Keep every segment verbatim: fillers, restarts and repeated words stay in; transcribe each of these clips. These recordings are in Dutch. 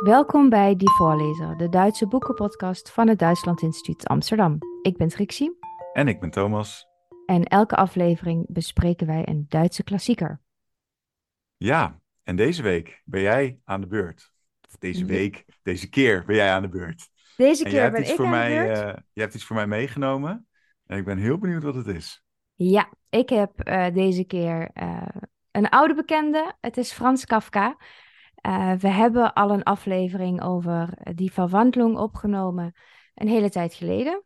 Welkom bij Die Voorlezer, de Duitse boekenpodcast van het Duitsland Instituut Amsterdam. Ik ben Trixie En ik ben Thomas. en elke aflevering bespreken wij een Duitse klassieker. Ja, en deze week ben jij aan de beurt. Of deze Ja, week, deze keer ben jij aan de beurt. deze En jij keer hebt ben iets ik voor aan de mij, beurt. eh, jij hebt iets voor mij meegenomen. En ik ben heel benieuwd wat het is. Ja, ik heb eh, deze keer eh, een oude bekende. Het is Frans Kafka. Eh, we hebben al een aflevering over die Verwandlung opgenomen een hele tijd geleden.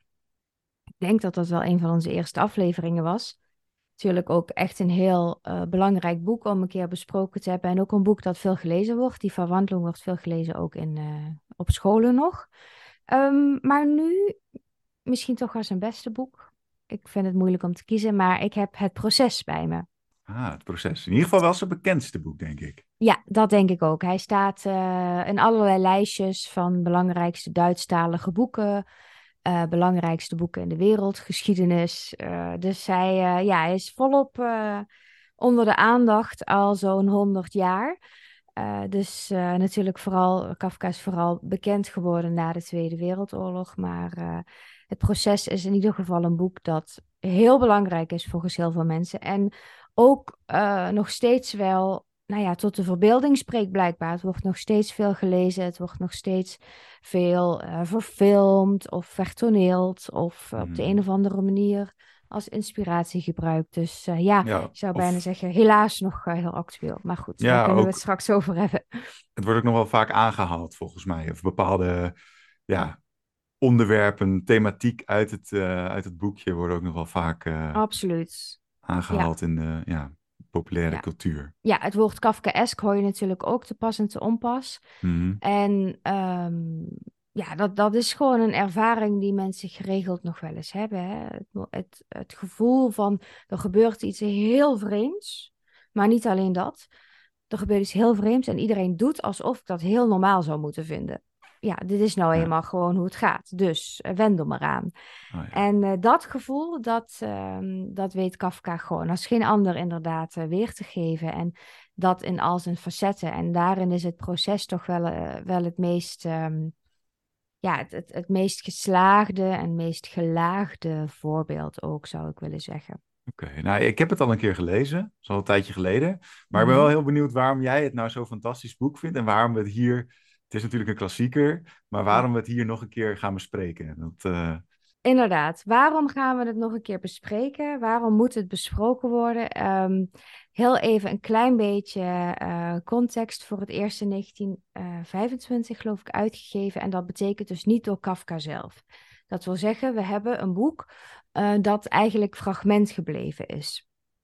Ik denk dat dat wel een van onze eerste afleveringen was. Natuurlijk ook echt een heel eh, belangrijk boek om een keer besproken te hebben. En ook een boek dat veel gelezen wordt. Die Verwandeling wordt veel gelezen ook in, eh, op scholen nog. Ehm, maar nu misschien toch wel zijn beste boek. Ik vind het moeilijk om te kiezen, maar ik heb Het Proces bij me. Ah, het proces. In ieder geval wel zijn bekendste boek, denk ik. Ja, dat denk ik ook. Hij staat eh, in allerlei lijstjes van belangrijkste Duitsstalige boeken. eh, belangrijkste boeken in de wereld, geschiedenis. Eh, dus hij, eh, ja, hij is volop eh, onder de aandacht al zo'n honderd jaar. Eh, dus eh, natuurlijk vooral, Kafka is vooral bekend geworden na de Tweede Wereldoorlog. Maar eh, het proces is in ieder geval een boek dat heel belangrijk is volgens heel veel mensen. En ook eh, nog steeds wel, nou ja, tot de verbeelding spreekt blijkbaar. Het wordt nog steeds veel gelezen, het wordt nog steeds veel eh, verfilmd of vertoneeld of op de een Mhm. of andere manier als inspiratie gebruikt. Dus eh, ja, ik Ja, zou bijna of zeggen, helaas nog eh, heel actueel. Maar goed, daar ja, kunnen we het ook. straks over hebben. Het wordt ook nog wel vaak aangehaald, volgens mij. Of bepaalde ja, onderwerpen, thematiek uit het, eh, uit het boekje worden ook nog wel vaak eh, Absoluut. Ja, aangehaald in de ja, populaire ja. cultuur. Ja, het woord Kafkaesk hoor je natuurlijk ook te pas en te onpas. Mhm. En ehm, ja, dat, dat is gewoon een ervaring die mensen geregeld nog wel eens hebben. Hè? Het, het, het gevoel van er gebeurt iets heel vreemds, maar niet alleen dat. Er gebeurt iets heel vreemds en iedereen doet alsof ik dat heel normaal zou moeten vinden. Ja, dit is nou Ja. eenmaal gewoon hoe het gaat. Dus uh, wend er maar aan. Oh, ja. En uh, dat gevoel, dat, ehm, dat weet Kafka gewoon als geen ander inderdaad uh, weer te geven. En dat in al zijn facetten. En daarin is het proces toch wel, uh, wel het meest, um, ja, het, het, het meest geslaagde en meest gelaagde voorbeeld ook, zou ik willen zeggen. Oké, nou, ik heb het al een keer gelezen, dat is al een tijdje geleden. Maar ik ben wel Mhm. heel benieuwd waarom jij het nou zo'n fantastisch boek vindt en waarom we het hier, het is natuurlijk een klassieker, maar Ja. waarom we het hier nog een keer gaan bespreken. Dat, eh, Inderdaad, waarom gaan we het nog een keer bespreken? Waarom moet het besproken worden? Ehm, heel even een klein beetje eh, context voor het eerst in negentien vijfentwintig, geloof ik, uitgegeven. En dat betekent dus niet door Kafka zelf. Dat wil zeggen, we hebben een boek eh, dat eigenlijk fragment gebleven is.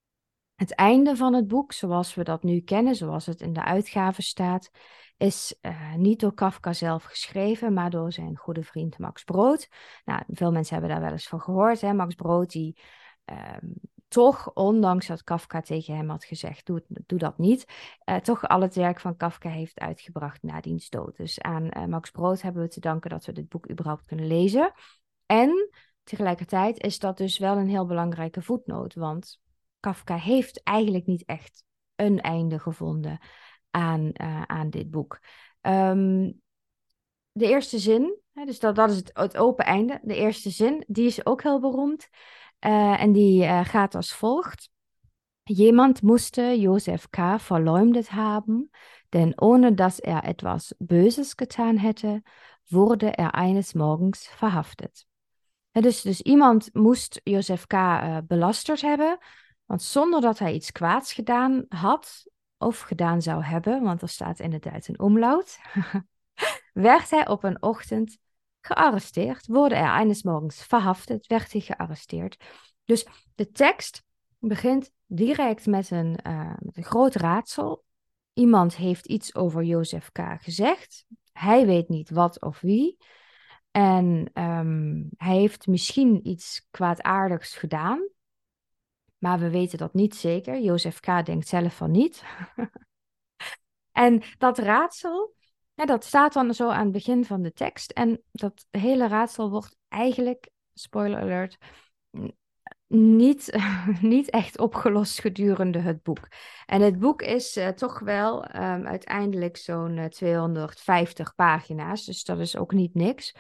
Het einde van het boek, zoals we dat nu kennen, zoals het in de uitgave staat, is uh, niet door Kafka zelf geschreven, maar door zijn goede vriend Max Brod. Nou, veel mensen hebben daar wel eens van gehoord. Hè? Max Brod, die um, toch, ondanks dat Kafka tegen hem had gezegd, doe, doe dat niet, uh, toch al het werk van Kafka heeft uitgebracht na diens dood. Dus aan uh, Max Brod hebben we te danken dat we dit boek überhaupt kunnen lezen. En tegelijkertijd is dat dus wel een heel belangrijke voetnoot, want Kafka heeft eigenlijk niet echt een einde gevonden aan, uh, aan dit boek. Um, de eerste zin, hè, dus dat, dat is het, het open einde. De eerste zin, die is ook heel beroemd. Uh, en die uh, gaat als volgt. Jemand musste Josef K. verleumdet haben, denn ohne dass er etwas Böses getan hätte, wurde er eines Morgens verhaftet. Ja, dus, dus iemand moest Josef K. Uh, belasterd hebben, want zonder dat hij iets kwaads gedaan had of gedaan zou hebben, want er staat in het Duits een omlaut, werd hij op een ochtend gearresteerd. Wurde er eines Morgens verhaftet, werd hij gearresteerd. Dus de tekst begint direct met een, uh, met een groot raadsel. Iemand heeft iets over Josef K. gezegd. Hij weet niet wat of wie. En um, hij heeft misschien iets kwaadaardigs gedaan. Maar we weten dat niet zeker. Josef K. denkt zelf van niet. En dat raadsel, ja, dat staat dan zo aan het begin van de tekst. En dat hele raadsel wordt eigenlijk, spoiler alert, niet, niet echt opgelost gedurende het boek. En het boek is uh, toch wel um, uiteindelijk zo'n uh, tweehonderdvijftig pagina's, dus dat is ook niet niks.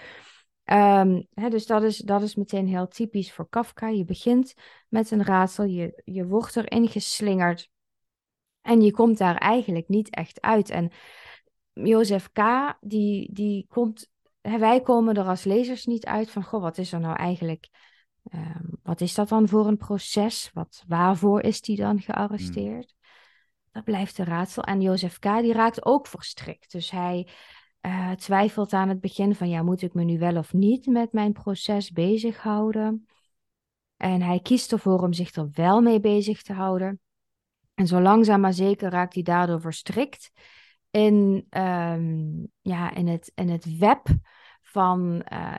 Um, hè, dus dat is, dat is meteen heel typisch voor Kafka. Je begint met een raadsel, je, je wordt erin geslingerd en je komt daar eigenlijk niet echt uit. En Jozef K., die, die komt, hè, wij komen er als lezers niet uit van, goh, wat is er nou eigenlijk, um, wat is dat dan voor een proces? Wat, waarvoor is die dan Hmm. gearresteerd? Dat blijft een raadsel. En Jozef K., die raakt ook verstrikt. Dus hij uh, twijfelt aan het begin van, ja, moet ik me nu wel of niet met mijn proces bezighouden? En hij kiest ervoor om zich er wel mee bezig te houden. En zo langzaam maar zeker raakt hij daardoor verstrikt in, um, ja, in, het, in het web van uh,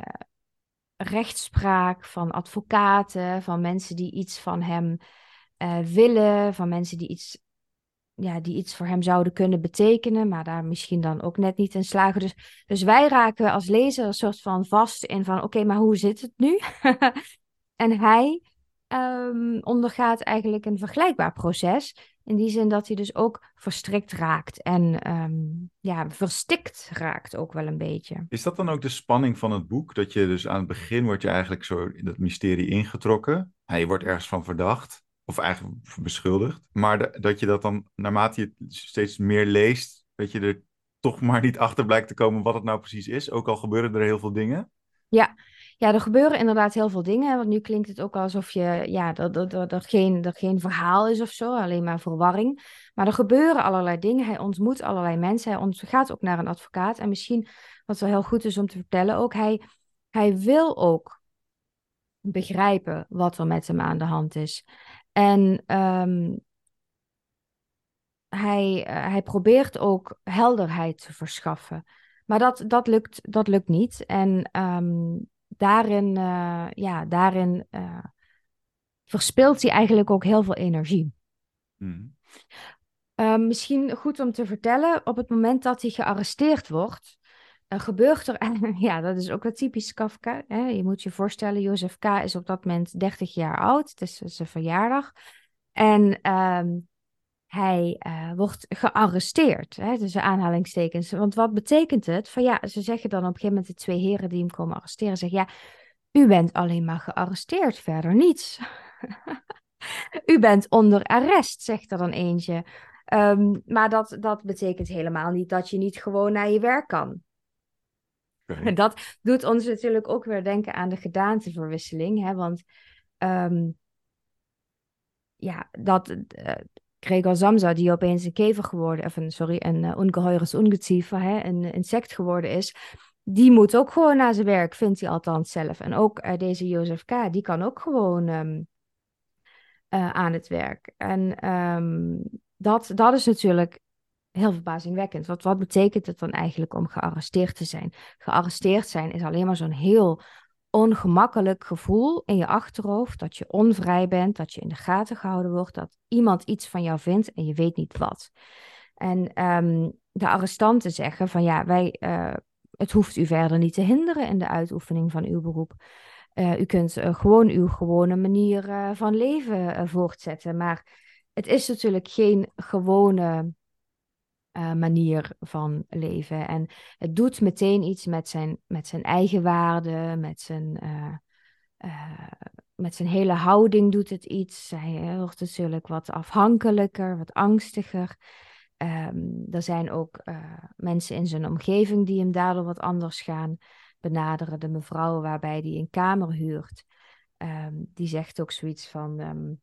rechtspraak, van advocaten, van mensen die iets van hem uh, willen, van mensen die iets, ja, die iets voor hem zouden kunnen betekenen, maar daar misschien dan ook net niet in slagen. Dus, dus wij raken als lezer een soort van vast in van, oké, okay, maar hoe zit het nu? En hij um, ondergaat eigenlijk een vergelijkbaar proces. In die zin dat hij dus ook verstrikt raakt en um, ja, verstikt raakt ook wel een beetje. Is dat dan ook de spanning van het boek? Dat je dus aan het begin wordt je eigenlijk zo in dat mysterie ingetrokken. Ja, je wordt ergens van verdacht, of eigenlijk beschuldigd. Maar de- dat je dat dan, naarmate je het steeds meer leest, dat je er toch maar niet achter blijkt te komen wat het nou precies is. Ook al gebeuren er heel veel dingen. Ja. Ja, er gebeuren inderdaad heel veel dingen. Hè, want nu klinkt het ook alsof je, ja, dat, dat, dat, dat geen, dat geen verhaal is of zo, alleen maar verwarring. Maar er gebeuren allerlei dingen. Hij ontmoet allerlei mensen. Hij ont- gaat ook naar een advocaat. En misschien, wat wel heel goed is om te vertellen ook, hij, hij wil ook begrijpen wat er met hem aan de hand is. En ehm, hij, eh, hij probeert ook helderheid te verschaffen. Maar dat, dat lukt, dat lukt niet. En ehm, daarin, eh, ja, daarin eh, verspilt hij eigenlijk ook heel veel energie. Hmm. Ehm, misschien goed om te vertellen, op het moment dat hij gearresteerd wordt, uh, gebeurt er, ja, dat is ook wel typisch Kafka. Hè? Je moet je voorstellen, Jozef K. is op dat moment dertig jaar oud, het is zijn verjaardag. En ehm, hij uh, wordt gearresteerd, hè? Dus aanhalingstekens. Want wat betekent het? Van ja, ze zeggen dan op een gegeven moment, de twee heren die hem komen arresteren, zeggen ja, u bent alleen maar gearresteerd, verder niets. U bent onder arrest, zegt er dan eentje. Um, maar dat, dat betekent helemaal niet dat je niet gewoon naar je werk kan. Oké. Dat doet ons natuurlijk ook weer denken aan de gedaanteverwisseling. Hè? Want um, ja, dat uh, Gregor Samsa, die opeens een kever geworden, of een, sorry, een uh, ongeheures ungeziefer, hè, een insect geworden is, die moet ook gewoon naar zijn werk, vindt hij althans zelf. En ook uh, deze Jozef K., die kan ook gewoon um, uh, aan het werk. En um, dat, dat is natuurlijk heel verbazingwekkend. Wat, wat betekent het dan eigenlijk om gearresteerd te zijn? Gearresteerd zijn is alleen maar zo'n heel ongemakkelijk gevoel in je achterhoofd, dat je onvrij bent, dat je in de gaten gehouden wordt, dat iemand iets van jou vindt en je weet niet wat. En um, de arrestanten zeggen van ja, wij, uh, het hoeft u verder niet te hinderen in de uitoefening van uw beroep. Uh, u kunt uh, gewoon uw gewone manier uh, van leven uh, voortzetten. Maar het is natuurlijk geen gewone uh, manier van leven. En het doet meteen iets met zijn, met zijn eigen waarde, met zijn, uh, uh, met zijn hele houding doet het iets. Hij wordt natuurlijk wat afhankelijker, wat angstiger. Um, er zijn ook uh, mensen in zijn omgeving die hem daardoor wat anders gaan benaderen. De mevrouw waarbij hij een kamer huurt, um, die zegt ook zoiets van... Um,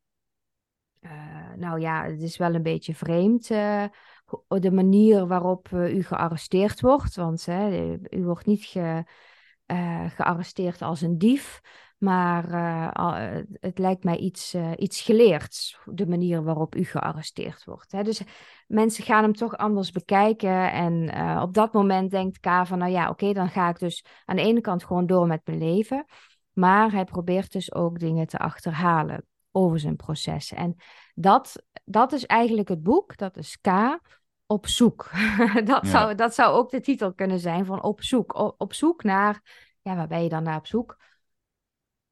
uh, nou ja, het is wel een beetje vreemd, uh, de manier waarop uh, u gearresteerd wordt. Want uh, u wordt niet ge, uh, gearresteerd als een dief, maar uh, het lijkt mij iets, uh, iets geleerds, de manier waarop u gearresteerd wordt. Hè. Dus mensen gaan hem toch anders bekijken. En uh, op dat moment denkt K van, nou ja, oké, okay, dan ga ik dus aan de ene kant gewoon door met mijn leven. Maar hij probeert dus ook dingen te achterhalen over zijn proces. En dat, dat is eigenlijk het boek, dat is K op zoek. dat, Ja. zou, dat zou ook de titel kunnen zijn van op zoek. O, op zoek naar, ja, waar ben je dan naar op zoek?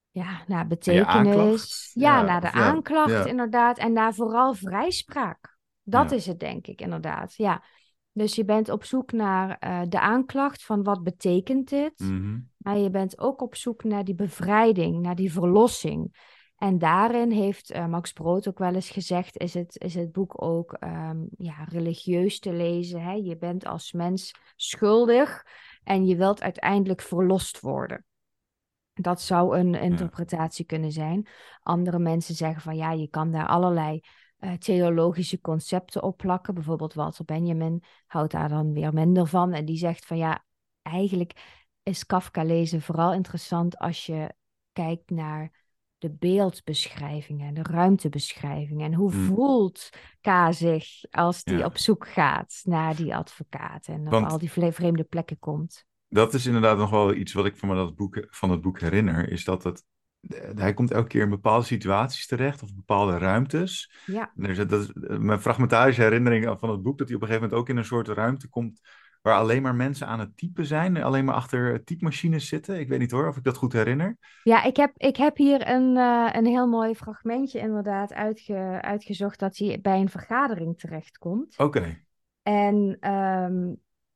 Ja, naar Naar je betekenis. aanklacht? Ja, Ja, naar de of ja, aanklacht ja, inderdaad. En naar vooral vrijspraak. Dat ja. is het, denk ik, inderdaad. Ja. Dus je bent op zoek naar eh, de aanklacht van wat betekent dit. Mhm. Maar je bent ook op zoek naar die bevrijding, naar die verlossing. En daarin heeft eh, Max Brod ook wel eens gezegd, is het, is het boek ook ehm, ja, religieus te lezen. Hè? Je bent als mens schuldig en je wilt uiteindelijk verlost worden. Dat zou een Ja. interpretatie kunnen zijn. Andere mensen zeggen van ja, je kan daar allerlei eh, theologische concepten op plakken. Bijvoorbeeld Walter Benjamin houdt daar dan weer minder van. En die zegt van ja, eigenlijk is Kafka lezen vooral interessant als je kijkt naar de beeldbeschrijvingen, de ruimtebeschrijvingen. En hoe Mm, voelt K zich als die op ja. zoek gaat naar die advocaat en op al Want die vle- vreemde plekken komt. dat is inderdaad nog wel iets wat ik van, me dat boek, van het boek herinner. Is dat het, eh, hij komt elke keer in bepaalde situaties terecht of bepaalde ruimtes. Ja. En er is- dat is eh, mijn fragmentarische herinnering van het boek, dat hij op een gegeven moment ook in een soort ruimte komt waar alleen maar mensen aan het typen zijn, alleen maar achter typemachines zitten. Ik weet niet hoor of ik dat goed herinner. Ja, ik heb, ik heb hier een, eh, een heel mooi fragmentje inderdaad uitge, uitgezocht dat hij bij een vergadering terechtkomt. Oké. En, ehm,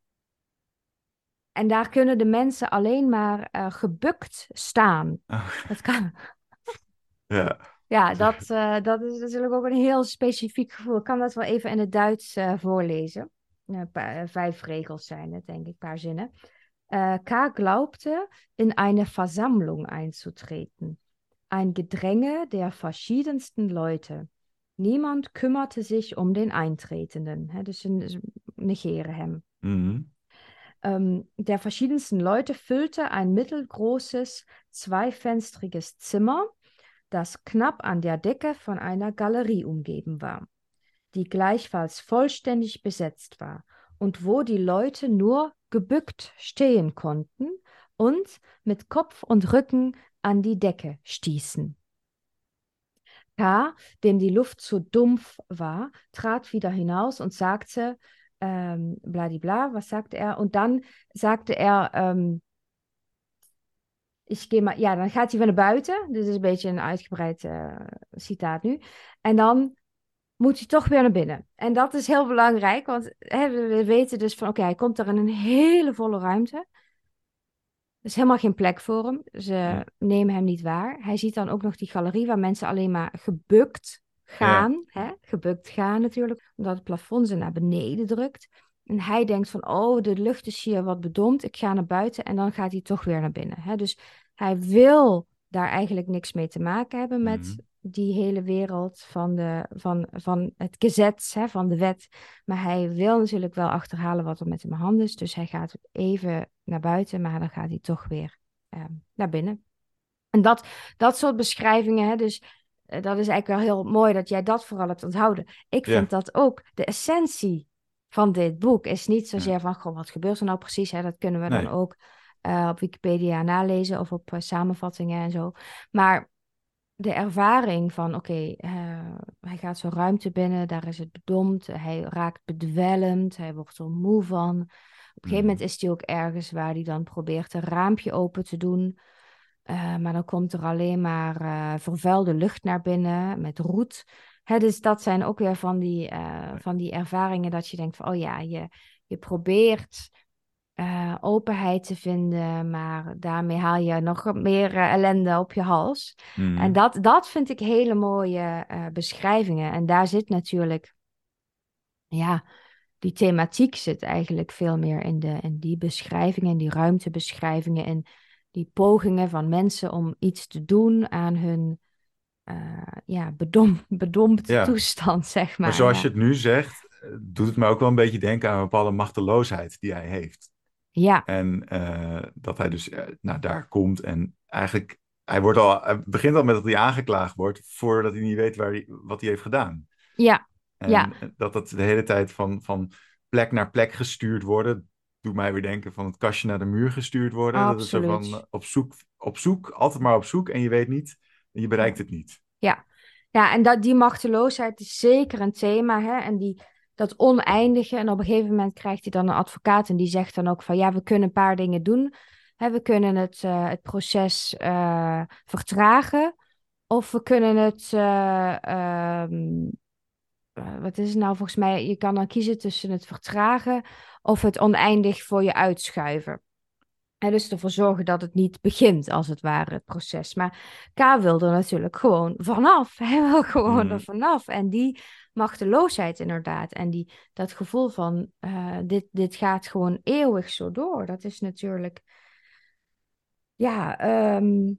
en daar kunnen de mensen alleen maar eh, gebukt staan. Ah, Dat kan. ja. Ja, dat, eh, dat is natuurlijk ook een heel specifiek gevoel. Ik kan dat wel even in het Duits eh, voorlezen. Een paar- eh, vijf regels zijn het, denk ik, een paar zinnen. Äh, K. glaubte, in eine Versammlung einzutreten. Ein Gedränge der verschiedensten Leute. Niemand kümmerte sich um den Eintretenden. Hè, dus ze ze negeren hem. Mhm. Ähm, der verschiedensten Leute füllte ein mittelgroßes, zweifenstriges Zimmer, das knapp an der Decke von einer Galerie umgeben war, die gleichfalls vollständig besetzt war und wo die Leute nur gebückt stehen konnten und mit Kopf und Rücken an die Decke stießen. K., dem die Luft zu dumpf war, trat wieder hinaus und sagte, ähm, bladibla, was sagte er? Und dann sagte er, ähm, ik ga maar, ja, dan gaat hij weer naar buiten. Dit is een beetje een uitgebreid uh, citaat nu. En dan moet hij toch weer naar binnen. En dat is heel belangrijk, want hè, we weten dus van, oké, okay, hij komt er in een hele volle ruimte. Er is helemaal geen plek voor hem. Ze Ja. nemen hem niet waar. Hij ziet dan ook nog die galerie waar mensen alleen maar gebukt Ja. gaan. Hè? Gebukt gaan natuurlijk, omdat het plafond ze naar beneden drukt. En hij denkt van, oh, de lucht is hier wat bedompt. Ik ga naar buiten en dan gaat hij toch weer naar binnen. Hè? Dus hij wil daar eigenlijk niks mee te maken hebben met Mhm. die hele wereld van, de, van, van het gezet, hè, van de wet. Maar hij wil natuurlijk wel achterhalen wat er met hem aan de hand is. Dus hij gaat even naar buiten, maar dan gaat hij toch weer uh, naar binnen. En dat, dat soort beschrijvingen, hè, dus uh, dat is eigenlijk wel heel mooi dat jij dat vooral hebt onthouden. Ik Ja. vind dat ook de essentie van dit boek is niet zozeer Ja. van, goh, wat gebeurt er nou precies? Hè? Dat kunnen we Nee. dan ook uh, op Wikipedia nalezen of op uh, samenvattingen en zo. Maar de ervaring van, oké, okay, uh, hij gaat zo'n ruimte binnen, daar is het bedompt, hij raakt bedwelmd, hij wordt er moe van. Op een gegeven moment is hij ook ergens waar hij dan probeert een raampje open te doen, uh, maar dan komt er alleen maar uh, vervuilde lucht naar binnen met roet. Hè, dus dat zijn ook weer van die, uh, van die ervaringen dat je denkt van, oh ja, je, je probeert Uh, openheid te vinden, maar daarmee haal je nog meer uh, ellende op je hals. Mhm. En dat, dat vind ik hele mooie uh, beschrijvingen. En daar zit natuurlijk, ja, die thematiek zit eigenlijk veel meer in, de, in die beschrijvingen, die ruimtebeschrijvingen en die pogingen van mensen om iets te doen aan hun uh, ja, bedom, bedompte Ja. toestand, zeg maar. Maar zoals ja. je het nu zegt, doet het me ook wel een beetje denken aan een bepaalde machteloosheid die hij heeft. Ja. En uh, dat hij dus uh, nou, daar komt en eigenlijk, hij, wordt al, hij begint al met dat hij aangeklaagd wordt voordat hij niet weet waar hij, wat hij heeft gedaan. Ja. En ja. dat dat de hele tijd van, van plek naar plek gestuurd worden, doet mij weer denken van het kastje naar de muur gestuurd worden. Absoluut. Dat is zo van op zoek, op zoek, altijd maar op zoek en je weet niet, en je bereikt het niet. Ja, ja en dat, die machteloosheid is zeker een thema. Hè? En die, dat oneindige. En op een gegeven moment krijgt hij dan een advocaat en die zegt dan ook van ja, we kunnen een paar dingen doen. Hè, we kunnen het, uh, het proces uh, vertragen of we kunnen het, uh, um, uh, wat is het nou volgens mij, je kan dan kiezen tussen het vertragen of het oneindig voor je uitschuiven. En dus ervoor zorgen dat het niet begint, als het ware, het proces. Maar K wil er natuurlijk gewoon vanaf. Hij wil gewoon er Mm. vanaf. En die machteloosheid inderdaad. En die, dat gevoel van, uh, dit, dit gaat gewoon eeuwig zo door. Dat is natuurlijk, ja, um,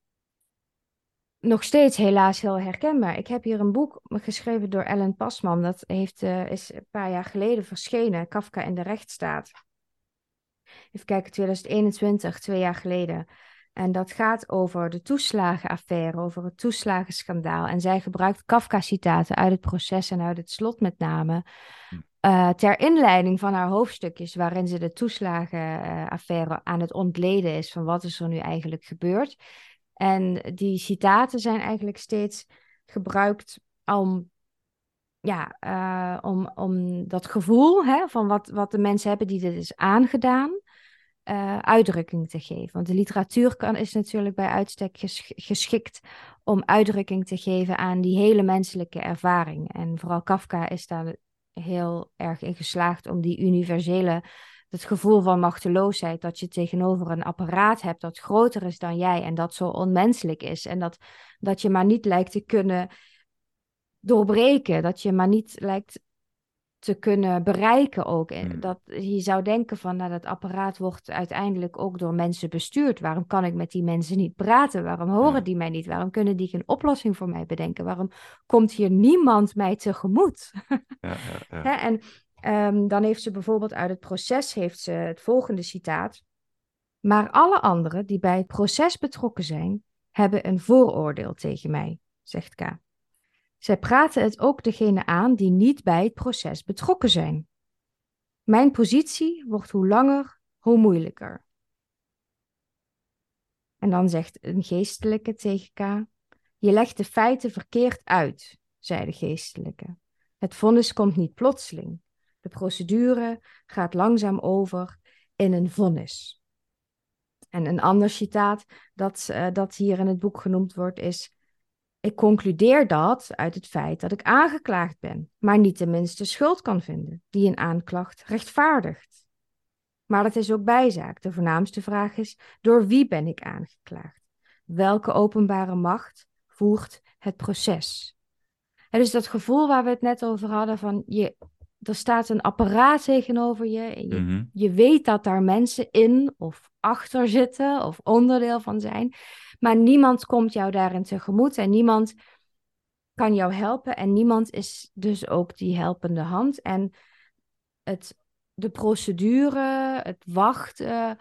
nog steeds helaas heel herkenbaar. Ik heb hier een boek geschreven door Ellen Pasman. Dat heeft, uh, is een paar jaar geleden verschenen. Kafka in de rechtsstaat. Even kijken, twintig eenentwintig, twee jaar geleden. En dat gaat over de toeslagenaffaire, over het toeslagenschandaal. En zij gebruikt Kafka-citaten uit het proces en uit het slot met name, uh, ter inleiding van haar hoofdstukjes, waarin ze de toeslagenaffaire aan het ontleden is van wat is er nu eigenlijk gebeurd. En die citaten zijn eigenlijk steeds gebruikt om, ja, uh, om, om dat gevoel, hè, van wat, wat de mensen hebben die dit is aangedaan, Uh, uitdrukking te geven. Want de literatuur kan, is natuurlijk bij uitstek ges- geschikt om uitdrukking te geven aan die hele menselijke ervaring. En vooral Kafka is daar heel erg in geslaagd om die universele, het gevoel van machteloosheid, dat je tegenover een apparaat hebt dat groter is dan jij en dat zo onmenselijk is. En dat, dat je maar niet lijkt te kunnen doorbreken, dat je maar niet lijkt te kunnen bereiken ook. Mm. Dat, je zou denken van, nou, dat apparaat wordt uiteindelijk ook door mensen bestuurd. Waarom kan ik met die mensen niet praten? Waarom horen Ja. die mij niet? Waarom kunnen die geen oplossing voor mij bedenken? Waarom komt hier niemand mij tegemoet? Ja, ja, ja. Hè? En um, dan heeft ze bijvoorbeeld uit het proces heeft ze het volgende citaat. Maar alle anderen die bij het proces betrokken zijn, hebben een vooroordeel tegen mij, zegt K. Zij praten het ook degene aan die niet bij het proces betrokken zijn. Mijn positie wordt hoe langer, hoe moeilijker. En dan zegt een geestelijke tegen K. Je legt de feiten verkeerd uit, zei de geestelijke. Het vonnis komt niet plotseling. De procedure gaat langzaam over in een vonnis. En een ander citaat dat, uh, dat hier in het boek genoemd wordt is: ik concludeer dat uit het feit dat ik aangeklaagd ben, maar niet de minste schuld kan vinden die een aanklacht rechtvaardigt. Maar dat is ook bijzaak. De voornaamste vraag is: door wie ben ik aangeklaagd? Welke openbare macht voert het proces? En dus dat gevoel waar we het net over hadden van je, er staat een apparaat tegenover je en je, Mm-hmm. je weet dat daar mensen in of achter zitten of onderdeel van zijn, maar niemand komt jou daarin tegemoet en niemand kan jou helpen en niemand is dus ook die helpende hand. En het, de procedure, het wachten,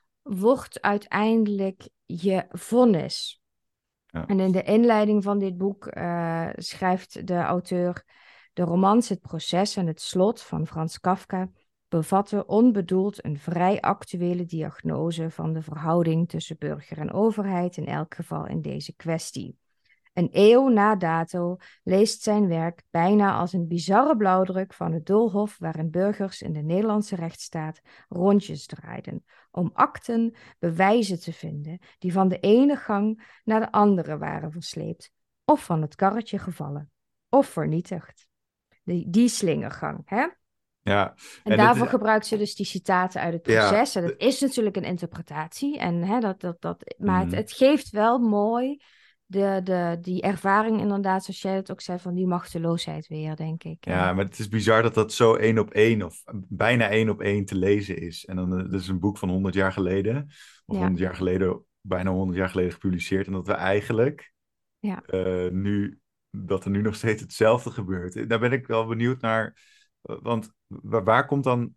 wordt uiteindelijk je vonnis. Ja. En in de inleiding van dit boek uh, schrijft de auteur: de romans Het Proces en het Slot van Frans Kafka bevatten onbedoeld een vrij actuele diagnose van de verhouding tussen burger en overheid, in elk geval in deze kwestie. Een eeuw na dato leest zijn werk bijna als een bizarre blauwdruk van het doolhof waarin burgers in de Nederlandse rechtsstaat rondjes draaiden om akten, bewijzen te vinden die van de ene gang naar de andere waren versleept, of van het karretje gevallen, of vernietigd. Die, die slingergang, hè? Ja. En, en daarvoor is, gebruikt ze dus die citaten uit het proces. Ja, en dat is natuurlijk een interpretatie. En, hè, dat, dat, dat, maar mm. het, het geeft wel mooi de, de, die ervaring inderdaad, zoals jij het ook zei, van die machteloosheid weer, denk ik. Ja, maar het is bizar dat dat zo één op één of bijna één op één te lezen is. En dan, dat is een boek van honderd jaar geleden. Of ja. honderd jaar geleden, bijna honderd jaar geleden gepubliceerd. En dat we eigenlijk ja. uh, nu, dat er nu nog steeds hetzelfde gebeurt. Daar ben ik wel benieuwd naar. Want waar, waar komt dan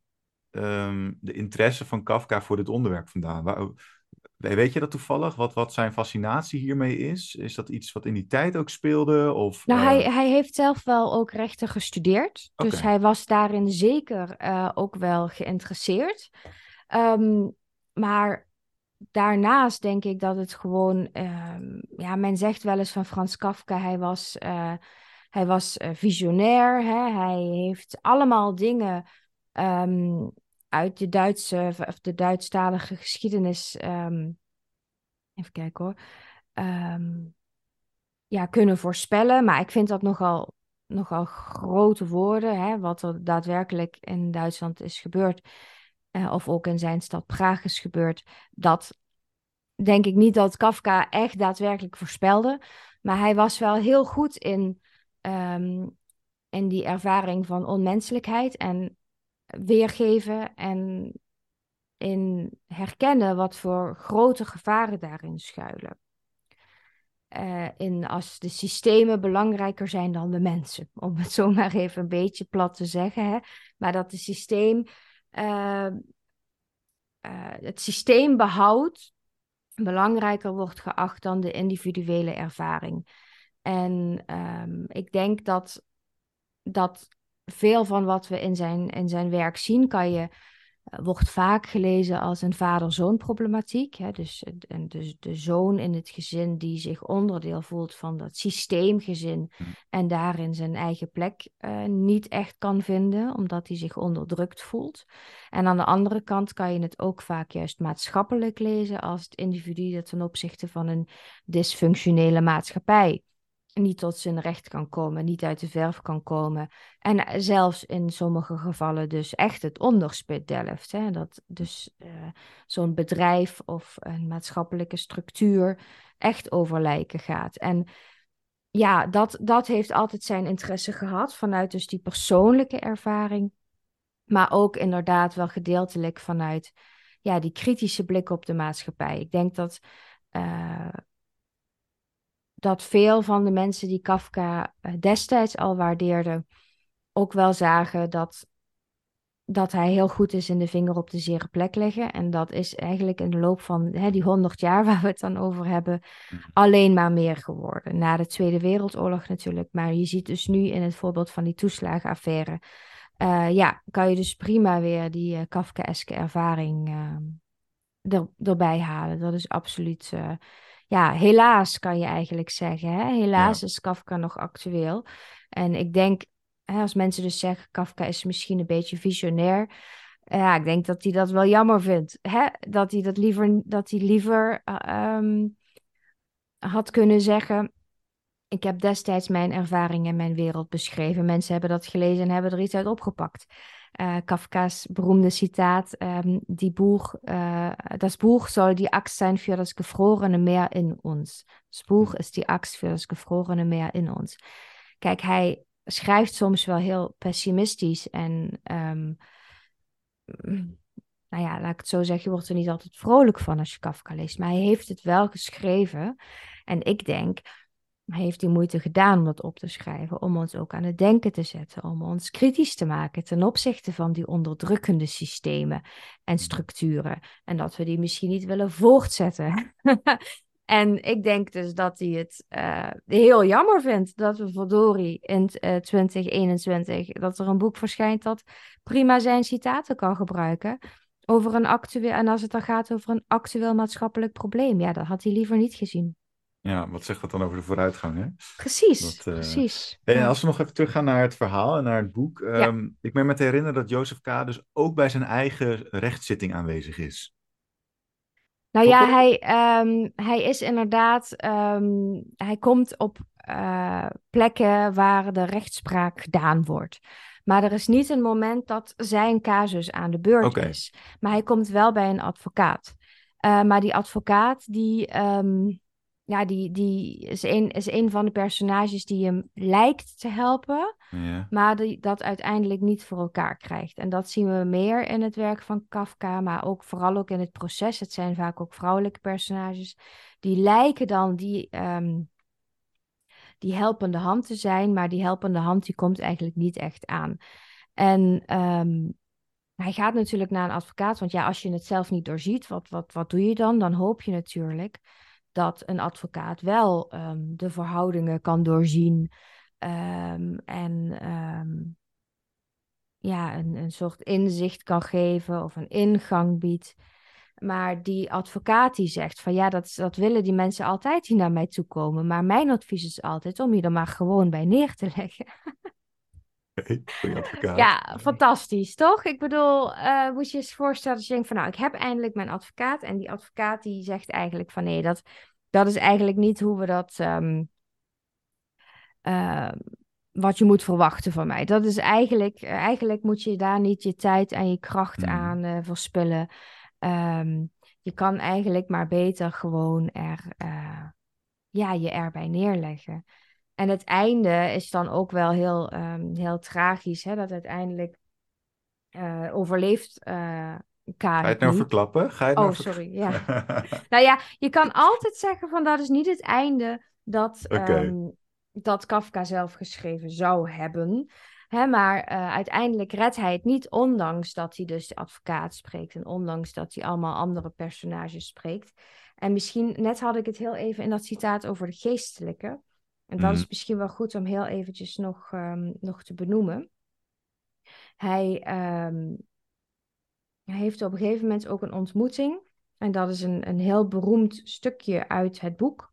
um, de interesse van Kafka voor dit onderwerp vandaan? Waar, weet je dat toevallig? Wat, wat zijn fascinatie hiermee is? Is dat iets wat in die tijd ook speelde? Of, nou, uh... hij, hij heeft zelf wel ook rechten gestudeerd. Okay. Dus hij was daarin zeker uh, ook wel geïnteresseerd. Um, maar daarnaast denk ik dat het gewoon... Um, ja, men zegt wel eens van Frans Kafka, hij was, uh, hij was uh, visionair. Hè? Hij heeft allemaal dingen... Um, uit de Duitse of de Duitsstalige geschiedenis, um, even kijken hoor, um, ja, kunnen voorspellen. Maar ik vind dat nogal, nogal grote woorden, hè, wat er daadwerkelijk in Duitsland is gebeurd, uh, of ook in zijn stad Praag is gebeurd. Dat denk ik niet dat Kafka echt daadwerkelijk voorspelde, maar hij was wel heel goed in, um, in die ervaring van onmenselijkheid en weergeven en in herkennen wat voor grote gevaren daarin schuilen. Uh, in als de systemen belangrijker zijn dan de mensen, om het zo maar even een beetje plat te zeggen. Hè? Maar dat het systeem, uh, uh, het systeembehoud belangrijker wordt geacht dan de individuele ervaring. En um, ik denk dat, dat veel van wat we in zijn, in zijn werk zien, kan je, uh, wordt vaak gelezen als een vader-zoon problematiek. Hè? Dus, en dus de zoon in het gezin die zich onderdeel voelt van dat systeemgezin en daarin zijn eigen plek uh, niet echt kan vinden, omdat hij zich onderdrukt voelt. En aan de andere kant kan je het ook vaak juist maatschappelijk lezen als het individu dat ten opzichte van een dysfunctionele maatschappij niet tot zijn recht kan komen, niet uit de verf kan komen. En zelfs in sommige gevallen dus echt het onderspit delft. Hè? Dat dus uh, zo'n bedrijf of een maatschappelijke structuur echt over lijken gaat. En ja, dat, dat heeft altijd zijn interesse gehad vanuit dus die persoonlijke ervaring. Maar ook inderdaad wel gedeeltelijk vanuit ja, die kritische blik op de maatschappij. Ik denk dat... Uh, dat veel van de mensen die Kafka destijds al waardeerden, ook wel zagen dat, dat hij heel goed is in de vinger op de zere plek leggen. En dat is eigenlijk in de loop van hè, die honderd jaar waar we het dan over hebben, alleen maar meer geworden. Na de Tweede Wereldoorlog natuurlijk. Maar je ziet dus nu in het voorbeeld van die toeslagenaffaire, uh, ja, kan je dus prima weer die uh, Kafkaeske ervaring uh, er, erbij halen. Dat is absoluut... Uh, Ja, helaas kan je eigenlijk zeggen. Hè? Helaas Ja. is Kafka nog actueel. En ik denk, hè, als mensen dus zeggen, Kafka is misschien een beetje visionair. Ja, ik denk dat hij dat wel jammer vindt. Hè? Dat hij dat liever, dat hij liever uh, um, had kunnen zeggen. Ik heb destijds mijn ervaring en mijn wereld beschreven. Mensen hebben dat gelezen en hebben er iets uit opgepakt. Uh, Kafka's beroemde citaat, um, die Buch, uh, das Buch soll die Axt sein für das gefrorene Meer in uns. Das Buch is die Axt für das gefrorene Meer in ons. Kijk, hij schrijft soms wel heel pessimistisch en... Um, nou ja, laat ik het zo zeggen, je wordt er niet altijd vrolijk van als je Kafka leest. Maar hij heeft het wel geschreven. En ik denk... Hij heeft die moeite gedaan om dat op te schrijven, om ons ook aan het denken te zetten, om ons kritisch te maken ten opzichte van die onderdrukkende systemen en structuren. En dat we die misschien niet willen voortzetten. En ik denk dus dat hij het uh, heel jammer vindt dat we verdorie in uh, twintig eenentwintig, dat er een boek verschijnt dat prima zijn citaten kan gebruiken. Over een actueel, en als het dan gaat over een actueel maatschappelijk probleem, ja, dat had hij liever niet gezien. Ja, wat zegt dat dan over de vooruitgang, hè? Precies, dat, uh... precies. En ja. als we nog even teruggaan naar het verhaal en naar het boek. Ja. Um, ik ben me te herinneren dat Jozef K. dus ook bij zijn eigen rechtszitting aanwezig is. Nou Klopt ja, dat? hij, um, hij is inderdaad... Um, hij komt op uh, plekken waar de rechtspraak gedaan wordt. Maar er is niet een moment dat zijn casus aan de beurt Okay. is. Maar hij komt wel bij een advocaat. Uh, maar die advocaat, die... Um, Ja, die, die is, een, is een van de personages die hem lijkt te helpen, ja. maar die dat uiteindelijk niet voor elkaar krijgt. En dat zien we meer in het werk van Kafka, maar ook vooral ook in het proces. Het zijn vaak ook vrouwelijke personages. Die lijken dan die, um, die helpende hand te zijn, maar die helpende hand die komt eigenlijk niet echt aan. En um, hij gaat natuurlijk naar een advocaat, want ja, als je het zelf niet doorziet, wat, wat, wat doe je dan? Dan hoop je natuurlijk dat een advocaat wel um, de verhoudingen kan doorzien um, en um, ja, een, een soort inzicht kan geven of een ingang biedt. Maar die advocaat die zegt van ja, dat, dat willen die mensen altijd die naar mij toe komen. Maar mijn advies is altijd om je er maar gewoon bij neer te leggen. Oké, goeie advocaat. Ja, fantastisch, toch? Ik bedoel, eh, moet je je eens voorstellen dat je denkt van, nou, ik heb eindelijk mijn advocaat. En die advocaat die zegt eigenlijk van, nee, dat, dat is eigenlijk niet hoe we dat, ehm, eh, wat je moet verwachten van mij. Dat is eigenlijk, eh, eigenlijk moet je daar niet je tijd en je kracht Hmm. aan eh, verspillen. Ehm, je kan eigenlijk maar beter gewoon er, eh, ja, je erbij neerleggen. En het einde is dan ook wel heel, ehm, heel tragisch, hè? Dat uiteindelijk eh, overleeft eh K Ga je het het nou niet. verklappen? Ga je het Oh, nou sorry, ja. verklappen? Nou ja, je kan altijd zeggen van dat is niet het einde dat, Oké. ehm, dat Kafka zelf geschreven zou hebben. Hè, maar eh, uiteindelijk redt hij het niet, ondanks dat hij dus de advocaat spreekt en ondanks dat hij allemaal andere personages spreekt. En misschien, net had ik het heel even in dat citaat over de geestelijke. En dat Hmm. is misschien wel goed om heel eventjes nog, ehm, nog te benoemen. Hij, ehm, hij heeft op een gegeven moment ook een ontmoeting. En dat is een, een heel beroemd stukje uit het boek.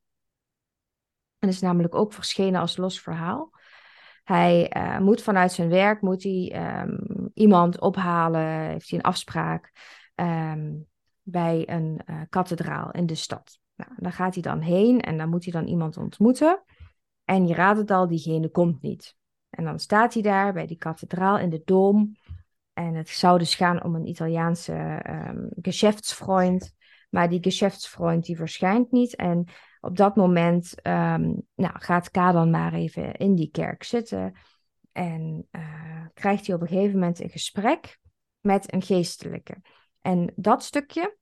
En is namelijk ook verschenen als los verhaal. Hij uh, moet vanuit zijn werk moet hij, um, iemand ophalen, heeft hij een afspraak um, bij een uh, kathedraal in de stad. Nou, daar gaat hij dan heen en dan moet hij dan iemand ontmoeten. En je raadt het al, diegene komt niet. En dan staat hij daar bij die kathedraal in de Dom. En het zou dus gaan om een Italiaanse um, geschäftsfreund. Maar die geschäftsfreund die verschijnt niet. En op dat moment um, nou, gaat K dan maar even in die kerk zitten. En uh, krijgt hij op een gegeven moment een gesprek met een geestelijke. En dat stukje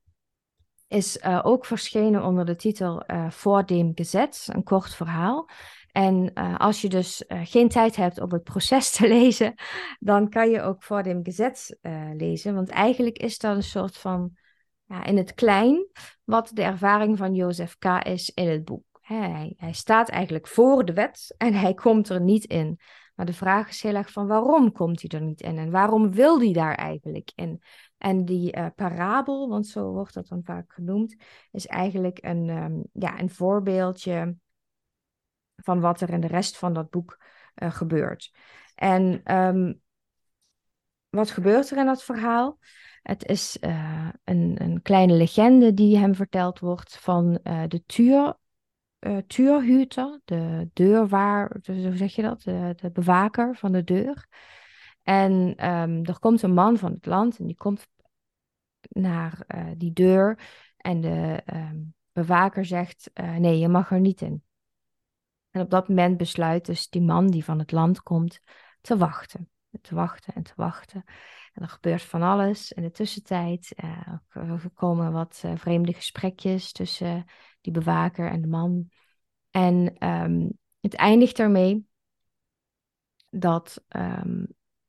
is uh, ook verschenen onder de titel uh, Voor dem Gesetz, een kort verhaal. En uh, als je dus uh, geen tijd hebt om het proces te lezen, dan kan je ook Voor dem Gesetz uh, lezen. Want eigenlijk is dat een soort van, ja, in het klein, wat de ervaring van Jozef K. is in het boek. Hij, hij staat eigenlijk voor de wet en hij komt er niet in. Maar de vraag is heel erg van waarom komt hij er niet in en waarom wil hij daar eigenlijk in? En die uh, parabel, want zo wordt dat dan vaak genoemd, is eigenlijk een, um, ja, een voorbeeldje van wat er in de rest van dat boek uh, gebeurt. En um, wat gebeurt er in dat verhaal? Het is uh, een, een kleine legende die hem verteld wordt van uh, de tuur, uh, tuurhuurder, de deurwaar, hoe zeg je dat? De, de bewaker van de deur. En um, er komt een man van het land en die komt naar uh, die deur en de um, bewaker zegt, uh, nee, je mag er niet in. En op dat moment besluit dus die man die van het land komt te wachten. Te wachten en te wachten. En er gebeurt van alles. In de tussentijd uh, er komen wat uh, vreemde gesprekjes tussen die bewaker en de man. En um, het eindigt ermee dat, um,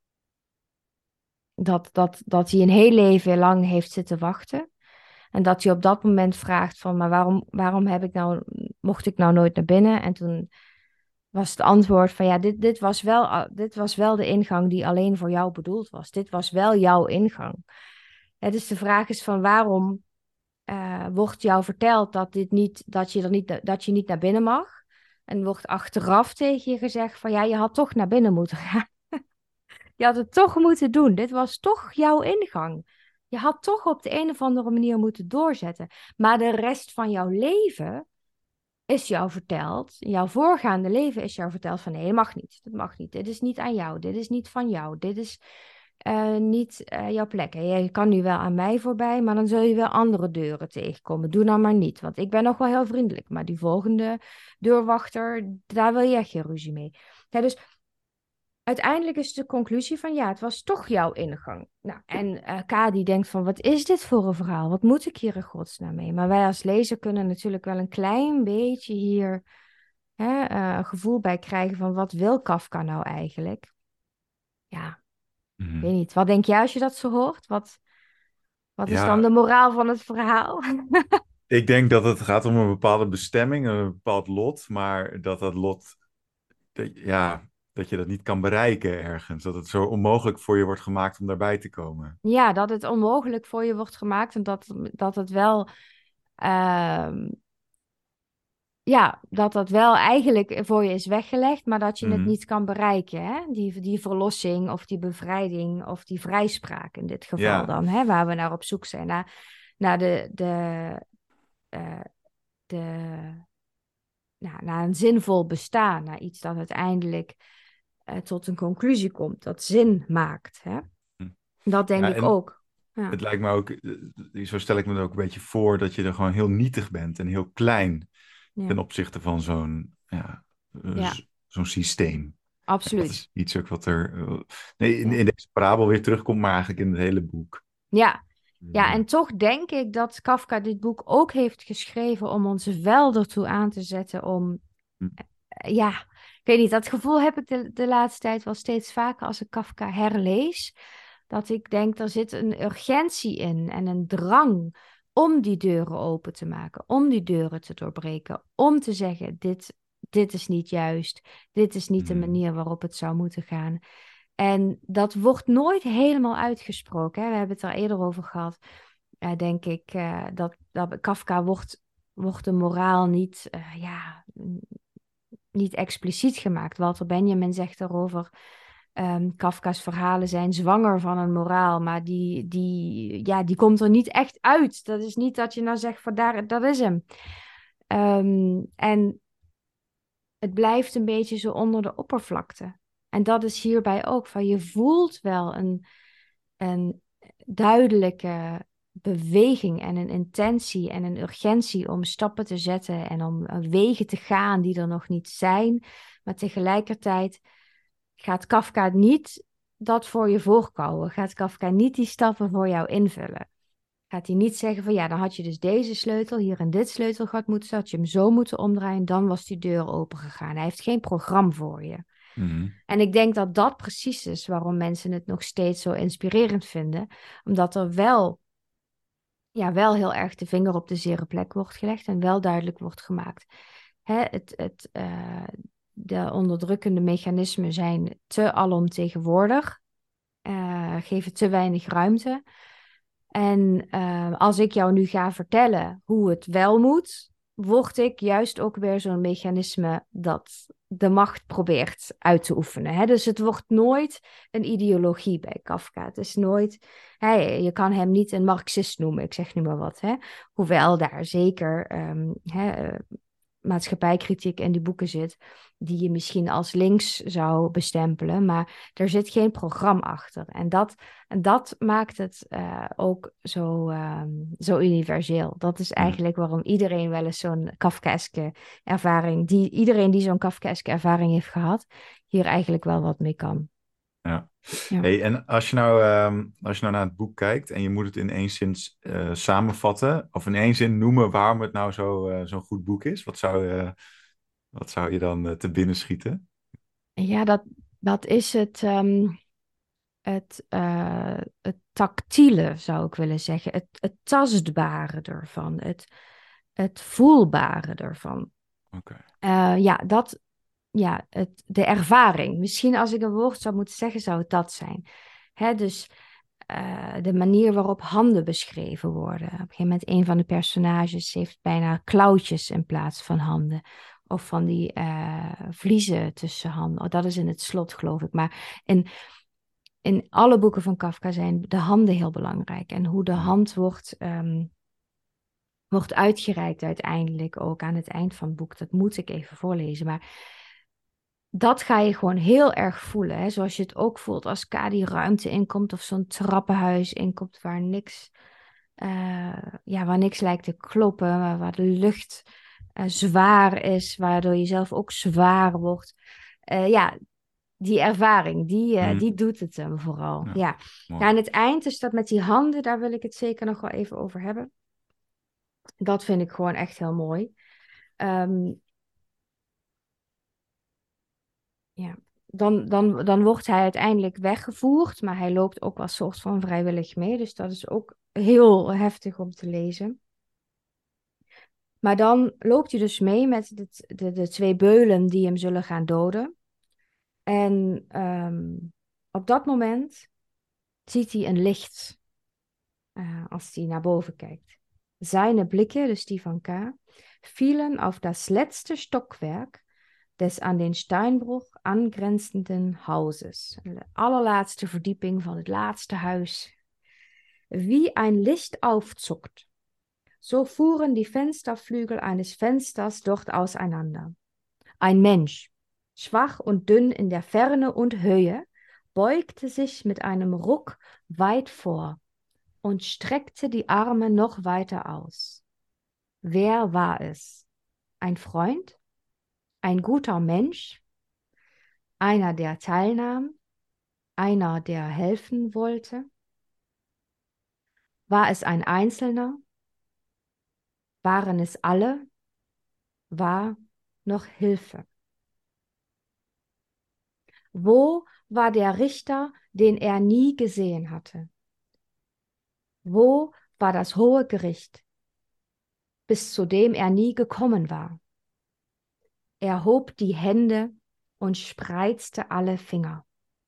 dat, dat, dat hij een heel leven lang heeft zitten wachten. En dat hij op dat moment vraagt van, maar waarom, waarom heb ik nou, mocht ik nou nooit naar binnen? En toen was het antwoord van, ja, dit, dit, was wel, dit was wel de ingang die alleen voor jou bedoeld was. Dit was wel jouw ingang. Ja, dus de vraag is van, waarom uh, wordt jou verteld dat, dit niet, dat, je er niet, dat je niet naar binnen mag? En wordt achteraf tegen je gezegd van, ja, je had toch naar binnen moeten gaan. Je had het toch moeten doen. Dit was toch jouw ingang. Je had toch op de een of andere manier moeten doorzetten. Maar de rest van jouw leven is jou verteld, jouw voorgaande leven is jou verteld van nee, dat mag niet. Dat mag niet. Dit is niet aan jou. Dit is niet van jou. Dit is uh, niet uh, jouw plek. En je kan nu wel aan mij voorbij, maar dan zul je wel andere deuren tegenkomen. Doe nou maar niet, want ik ben nog wel heel vriendelijk. Maar die volgende deurwachter, daar wil je echt geen ruzie mee. Ja, dus uiteindelijk is de conclusie van ja, het was toch jouw ingang. Nou, en uh, K die denkt van wat is dit voor een verhaal? Wat moet ik hier in godsnaam mee? Maar wij als lezer kunnen natuurlijk wel een klein beetje hier hè, uh, een gevoel bij krijgen van wat wil Kafka nou eigenlijk? Ja, ik weet Mhm. niet. Wat denk jij als je dat zo hoort? Wat, wat is dan Ja, de moraal van het verhaal? ik denk dat het gaat om een bepaalde bestemming, een bepaald lot, maar dat dat lot, dat, ja, dat je dat niet kan bereiken ergens. Dat het zo onmogelijk voor je wordt gemaakt om daarbij te komen. Ja, dat het onmogelijk voor je wordt gemaakt en dat, dat het wel... Uh, ja, dat dat wel eigenlijk voor je is weggelegd, maar dat je het Mhm. niet kan bereiken. Hè? Die, die verlossing of die bevrijding of die vrijspraak in dit geval Ja. dan, hè? Waar we naar op zoek zijn. Naar, naar de, de, eh, de, nou, naar een zinvol bestaan, naar iets dat uiteindelijk eh, tot een conclusie komt, dat zin maakt. Hè? Hm. Dat denk Ja, ik en ook. Ja, het lijkt me ook, eh, zo stel ik me er ook een beetje voor, dat je er gewoon heel nietig bent en heel klein ten ja, opzichte van zo'n ja, eh, ja, z- zo'n systeem. Ja, dat absoluut. is iets ook wat er eh, nee, in, Ja. in deze parabel weer terugkomt, maar eigenlijk in het hele boek. Ja. Dus, Ja, eh, en toch denk ik dat Kafka dit boek ook heeft geschreven om ons wel ertoe aan te zetten om, hm, eh, ja, ik weet niet, dat gevoel heb ik de, de laatste tijd wel steeds vaker als ik Kafka herlees, dat ik denk, er zit een urgentie in en een drang om die deuren open te maken, om die deuren te doorbreken, om te zeggen, dit, dit is niet juist, dit is niet de hm, manier waarop het zou moeten gaan. En dat wordt nooit helemaal uitgesproken. Hè? We hebben het er eerder over gehad. Eh, denk ik eh, dat, dat Kafka wordt, wordt de moraal niet, eh, ja, n- niet expliciet gemaakt. Walter Benjamin zegt daarover. ehm, Kafka's verhalen zijn zwanger van een moraal, maar die, die, ja, die komt er niet echt uit. Dat is niet dat je nou zegt van daar, dat is hem. Ehm, en het blijft een beetje zo onder de oppervlakte. En dat is hierbij ook van je voelt wel een, een duidelijke beweging en een intentie en een urgentie om stappen te zetten en om eh, wegen te gaan die er nog niet zijn. Maar tegelijkertijd gaat Kafka niet dat voor je voorkouwen. Gaat Kafka niet die stappen voor jou invullen. Gaat hij niet zeggen van ja, dan had je dus deze sleutel hier in dit sleutelgat moeten zetten, had je hem zo moeten omdraaien, dan was die deur open gegaan. Hij heeft geen programma voor je. hm, En ik denk dat dat precies is waarom mensen het nog steeds zo inspirerend vinden. Omdat er wel, ja, wel heel erg de vinger op de zere plek wordt gelegd en wel duidelijk wordt gemaakt. Hè, het, het, eh, de onderdrukkende mechanismen zijn te alomtegenwoordig, eh, geven te weinig ruimte. En eh, als ik jou nu ga vertellen hoe het wel moet, word ik juist ook weer zo'n mechanisme dat de macht probeert uit te oefenen. Hè? Dus het wordt nooit een ideologie bij Kafka. Het is nooit, hè, je kan hem niet een Marxist noemen, ik zeg nu maar wat. Hè? Hoewel daar zeker ehm, hè, eh, maatschappijkritiek in die boeken zit, die je misschien als links zou bestempelen, maar er zit geen programma achter. En dat, en dat maakt het eh, ook zo, ehm, zo universeel. Dat is hm, eigenlijk waarom iedereen wel eens zo'n Kafkaeske ervaring, die, iedereen die zo'n Kafkaeske ervaring heeft gehad, hier eigenlijk wel wat mee kan. ja. Ja. Hey, en als je nou, ehm, als je nou naar het boek kijkt en je moet het in één zin eh, samenvatten, of in één zin noemen waarom het nou zo, eh, zo'n goed boek is, wat zou, je wat zou je dan eh, te binnen schieten? Ja, dat, dat is het, ehm, het, eh, het tactiele, zou ik willen zeggen. Het, het tastbare ervan. Het, het voelbare ervan. Oké. Eh, ja, dat, ja het, de ervaring. Misschien als ik een woord zou moeten zeggen, zou het dat zijn. Hè, dus eh, de manier waarop handen beschreven worden. Op een gegeven moment, een van de personages heeft bijna klauwtjes in plaats van handen. Of van die eh, vliezen tussen handen. Oh, dat is in het slot, geloof ik. Maar in, in alle boeken van Kafka zijn de handen heel belangrijk. En hoe de Hm, hand wordt, ehm, wordt uitgereikt uiteindelijk ook aan het eind van het boek. Dat moet ik even voorlezen. Maar dat ga je gewoon heel erg voelen. Hè? Zoals je het ook voelt als K die ruimte inkomt of zo'n trappenhuis inkomt waar niks, eh, ja, waar niks lijkt te kloppen, waar, waar de lucht eh, zwaar is, waardoor je zelf ook zwaar wordt. Eh, ja, die ervaring, die, eh, hm, die doet het hem vooral. ja, Ja. Ja, mooi. en het eind, dus dat met die handen, daar wil ik het zeker nog wel even over hebben. Dat vind ik gewoon echt heel mooi. Ehm, ja. Dan, dan, dan wordt hij uiteindelijk weggevoerd, maar hij loopt ook wel soort van vrijwillig mee. Dus dat is ook heel heftig om te lezen. Maar dan loopt hij dus mee met de, de, de twee beulen die hem zullen gaan doden. En ehm, op dat moment ziet hij een licht eh, als hij naar boven kijkt. Seine Blicke, dus die van K, vielen auf das letzte Stockwerk des an den Steinbruch angrenzenden Hauses. De allerlaatste verdieping van het laatste huis. Wie ein Licht aufzuckt. So fuhren die Fensterflügel eines Fensters dort auseinander. Ein Mensch, schwach und dünn in der Ferne und Höhe, beugte sich mit einem Ruck weit vor und streckte die Arme noch weiter aus. Wer war es? Ein Freund? Ein guter Mensch? Einer, der teilnahm? Einer, der helfen wollte? War es ein Einzelner? Waren es alle? War noch Hilfe? Wo war der Richter, den er nie gesehen hatte? Wo war das hohe Gericht, bis zu dem er nie gekommen war? Er hob die Hände und spreizte alle Finger.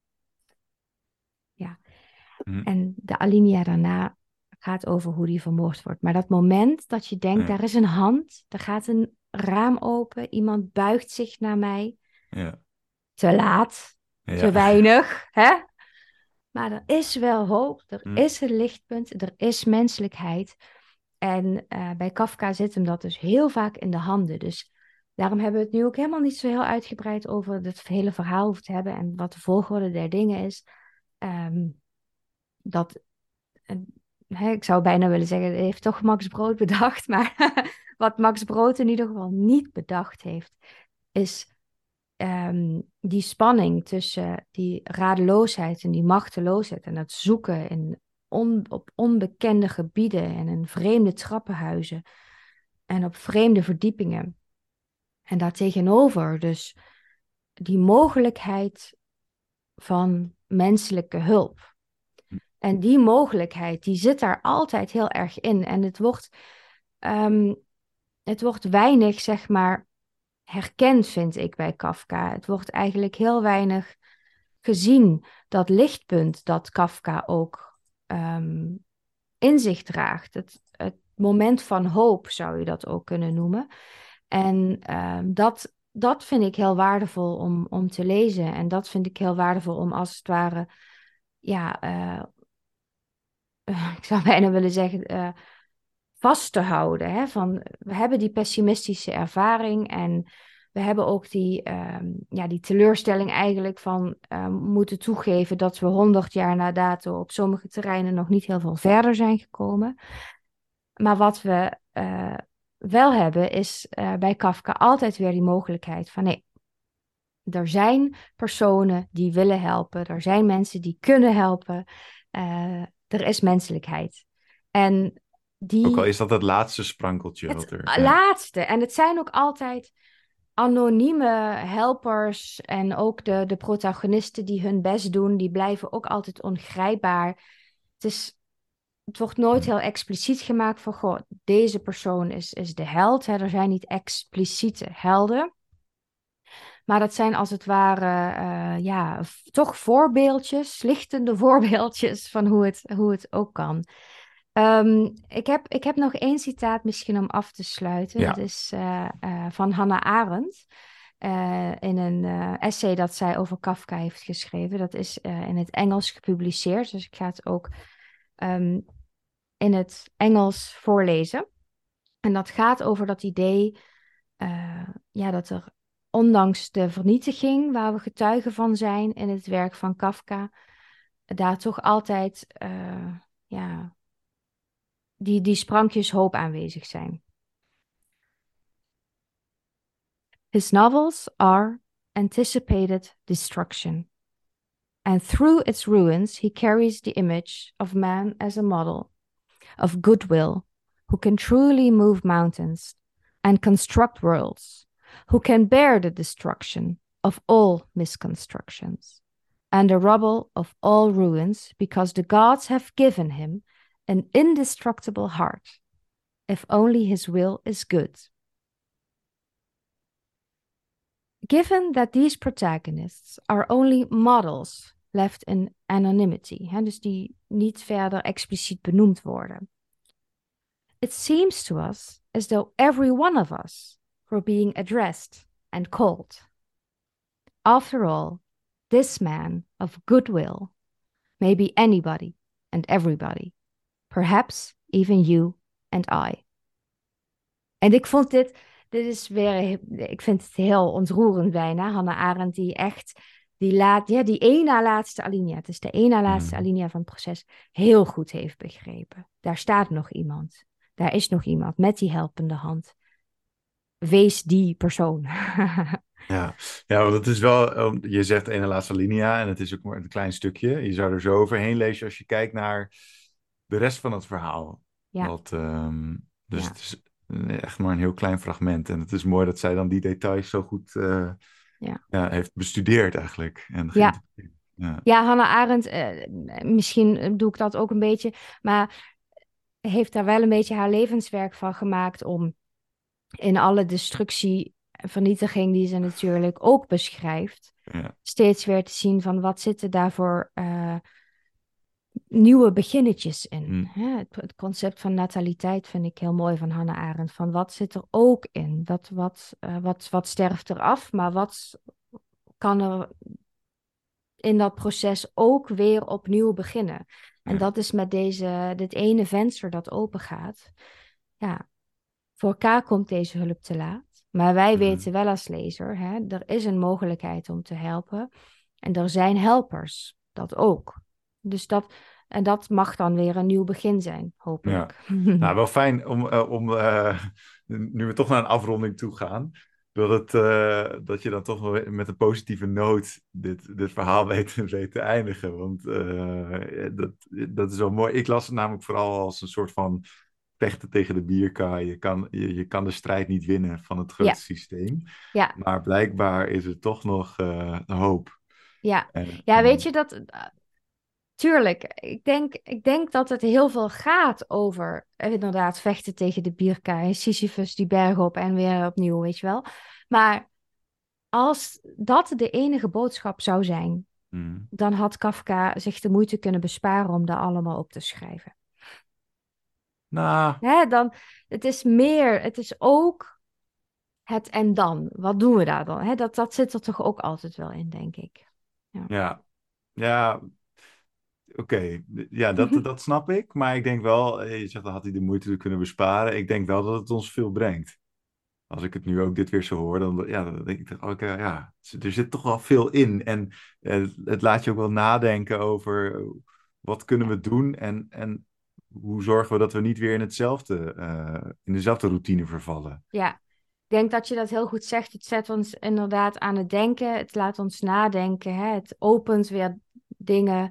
Ja, Hm. en de alinea daarna gaat over hoe die vermoord wordt. Maar dat moment dat je denkt, Ja. daar is een hand, er gaat een raam open, iemand buigt zich naar mij. Ja. Te laat, Ja. te weinig, hè? Maar er is wel hoop, er Hm. is een lichtpunt, er is menselijkheid. En uh, bij Kafka zit hem dat dus heel vaak in de handen. Dus daarom hebben we het nu ook helemaal niet zo heel uitgebreid over het hele verhaal hoeft te hebben en wat de volgorde der dingen is. Um, dat, uh, hè, ik zou bijna willen zeggen, heeft toch Max Brod bedacht. Maar wat Max Brod in ieder geval niet bedacht heeft, is um, die spanning tussen die radeloosheid en die machteloosheid en dat zoeken in On, op onbekende gebieden en in vreemde trappenhuizen en op vreemde verdiepingen. En daartegenover dus die mogelijkheid van menselijke hulp. En die mogelijkheid, die zit daar altijd heel erg in. En het wordt, um, het wordt weinig, zeg maar, herkend, vind ik, bij Kafka. Het wordt eigenlijk heel weinig gezien, dat lichtpunt dat Kafka ook um, in zich draagt. Het, het moment van hoop zou je dat ook kunnen noemen. En uh, dat, dat vind ik heel waardevol om, om te lezen. En dat vind ik heel waardevol om als het ware, ja, uh, uh, ik zou bijna willen zeggen, uh, vast te houden. Hè? Van, we hebben die pessimistische ervaring en we hebben ook die, um, ja, die teleurstelling eigenlijk van uh, moeten toegeven dat we honderd jaar na dato op sommige terreinen nog niet heel veel verder zijn gekomen. Maar wat we uh, wel hebben is uh, bij Kafka altijd weer die mogelijkheid van nee, er zijn personen die willen helpen, er zijn mensen die kunnen helpen, uh, er is menselijkheid. En die, ook al is dat het laatste sprankeltje. Het wat er, ja. laatste. En het zijn ook altijd anonieme helpers en ook de, de protagonisten die hun best doen, die blijven ook altijd ongrijpbaar. Het, is, het wordt nooit heel expliciet gemaakt van, goh, deze persoon is, is de held. Hè. Er zijn niet expliciete helden. Maar dat zijn als het ware, uh, ja, toch voorbeeldjes, lichtende voorbeeldjes van hoe het, hoe het ook kan. Um, ik, heb, ik heb nog één citaat misschien om af te sluiten. Ja. Dat is uh, uh, van Hannah Arendt. Uh, in een uh, essay dat zij over Kafka heeft geschreven. Dat is uh, in het Engels gepubliceerd. Dus ik ga het ook um, in het Engels voorlezen. En dat gaat over dat idee uh, ja, dat er ondanks de vernietiging waar we getuigen van zijn in het werk van Kafka, daar toch altijd uh, ja, die, die sprankjes hoop aanwezig zijn. His novels are anticipated destruction. And through its ruins he carries the image of man as a model, of goodwill, who can truly move mountains and construct worlds, who can bear the destruction of all misconstructions, and the rubble of all ruins, because the gods have given him an indestructible heart, if only his will is good. Given that these protagonists are only models left in anonymity, hè, dus die niet verder expliciet benoemd worden, It seems to us as though every one of us were being addressed and called. After all, this man of goodwill may be anybody and everybody. Perhaps even you and I. En ik vond dit, dit is weer, ik vind het heel ontroerend bijna. Hannah Arendt die echt, die laat, ja, die één na laatste alinea, het is de één na laatste Mm. alinea van het proces, heel goed heeft begrepen. Daar staat nog iemand. Daar is nog iemand met die helpende hand. Wees die persoon. Ja, ja, want het is wel, um, je zegt ene laatste linea en het is ook maar een klein stukje. Je zou er zo overheen lezen als je kijkt naar de rest van het verhaal. Ja. Wat, ehm, dus Ja. het is echt maar een heel klein fragment. En het is mooi dat zij dan die details zo goed uh, Ja. Ja, heeft bestudeerd eigenlijk. En Ja. Ja. Ja, Hannah Arendt, uh, misschien doe ik dat ook een beetje, maar heeft daar wel een beetje haar levenswerk van gemaakt om in alle destructie en vernietiging die ze natuurlijk ook beschrijft, Ja. steeds weer te zien van wat zitten daarvoor uh, nieuwe beginnetjes in. Mm. Hè? Het, het concept van nataliteit vind ik heel mooi van Hannah Arendt. Van wat zit er ook in? Wat, wat, uh, wat, wat sterft er af, maar wat kan er in dat proces ook weer opnieuw beginnen? En Ja. dat is met deze, dit ene venster dat open gaat. Ja, voor elkaar komt deze hulp te laat. Maar wij Mm. weten wel als lezer, hè, er is een mogelijkheid om te helpen. En er zijn helpers, dat ook. Dus dat, en dat mag dan weer een nieuw begin zijn, hopelijk. Ja. Nou, wel fijn om, uh, om uh, nu we toch naar een afronding toe gaan, dat, het, uh, dat je dan toch wel met een positieve noot dit, dit verhaal weet, weet te eindigen. Want uh, dat, dat is wel mooi. Ik las het namelijk vooral als een soort van vechten tegen de bierkaai. Je kan, je, je kan de strijd niet winnen van het grote Ja. systeem. Ja. Maar blijkbaar is er toch nog uh, hoop. Ja. En, Ja, weet je dat... Tuurlijk, ik denk, ik denk dat het heel veel gaat over inderdaad vechten tegen de bierkaai, Sisyphus die berg op en weer opnieuw, weet je wel. Maar als dat de enige boodschap zou zijn, mm. dan had Kafka zich de moeite kunnen besparen om dat allemaal op te schrijven. Nou... Hè, dan, het is meer, het is ook het en dan. Wat doen we daar dan? Hè, dat, dat zit er toch ook altijd wel in, denk ik. Ja, ja, ja... Oké, okay. Ja, dat, dat snap ik. Maar ik denk wel, je zegt dat had hij de moeite kunnen besparen. Ik denk wel dat het ons veel brengt. Als ik het nu ook dit weer zo hoor, dan, ja, dan denk ik, oké, okay, ja, er zit toch wel veel in. En eh, het laat je ook wel nadenken over wat kunnen we doen en, en hoe zorgen we dat we niet weer in hetzelfde, uh, in dezelfde routine vervallen. Ja, ik denk dat je dat heel goed zegt. Het zet ons inderdaad aan het denken. Het laat ons nadenken. Hè? Het opent weer dingen.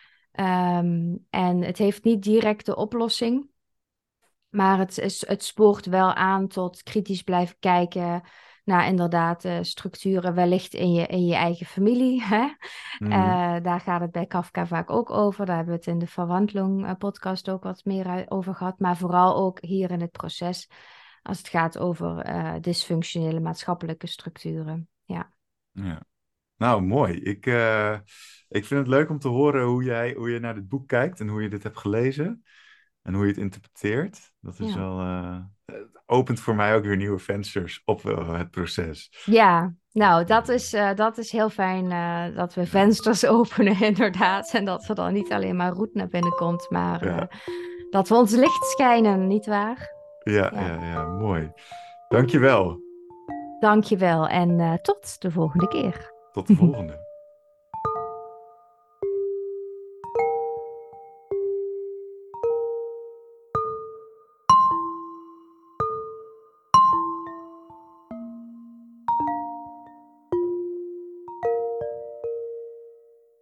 Um, en het heeft niet direct de oplossing. Maar het, is, het spoort wel aan tot kritisch blijven kijken naar inderdaad uh, structuren wellicht in je, in je eigen familie. Hè? Mm-hmm. Uh, daar gaat het bij Kafka vaak ook over. Daar hebben we het in de Verwandlung uh, podcast ook wat meer over gehad. Maar vooral ook hier in het proces als het gaat over uh, dysfunctionele maatschappelijke structuren. Ja. Ja. Nou, mooi. Ik, uh, ik vind het leuk om te horen hoe jij hoe je naar dit boek kijkt en hoe je dit hebt gelezen. En hoe je het interpreteert. Dat is ja. wel... Uh, het opent voor mij ook weer nieuwe vensters op uh, het proces. Ja, nou, dat is, uh, dat is heel fijn uh, dat we vensters ja. openen, inderdaad. En dat er dan niet alleen maar roet naar binnen komt, maar uh, ja. dat we ons licht schijnen, nietwaar? Ja, ja, ja, ja, mooi. Dankjewel. Dankjewel en uh, tot de volgende keer. Tot de volgende.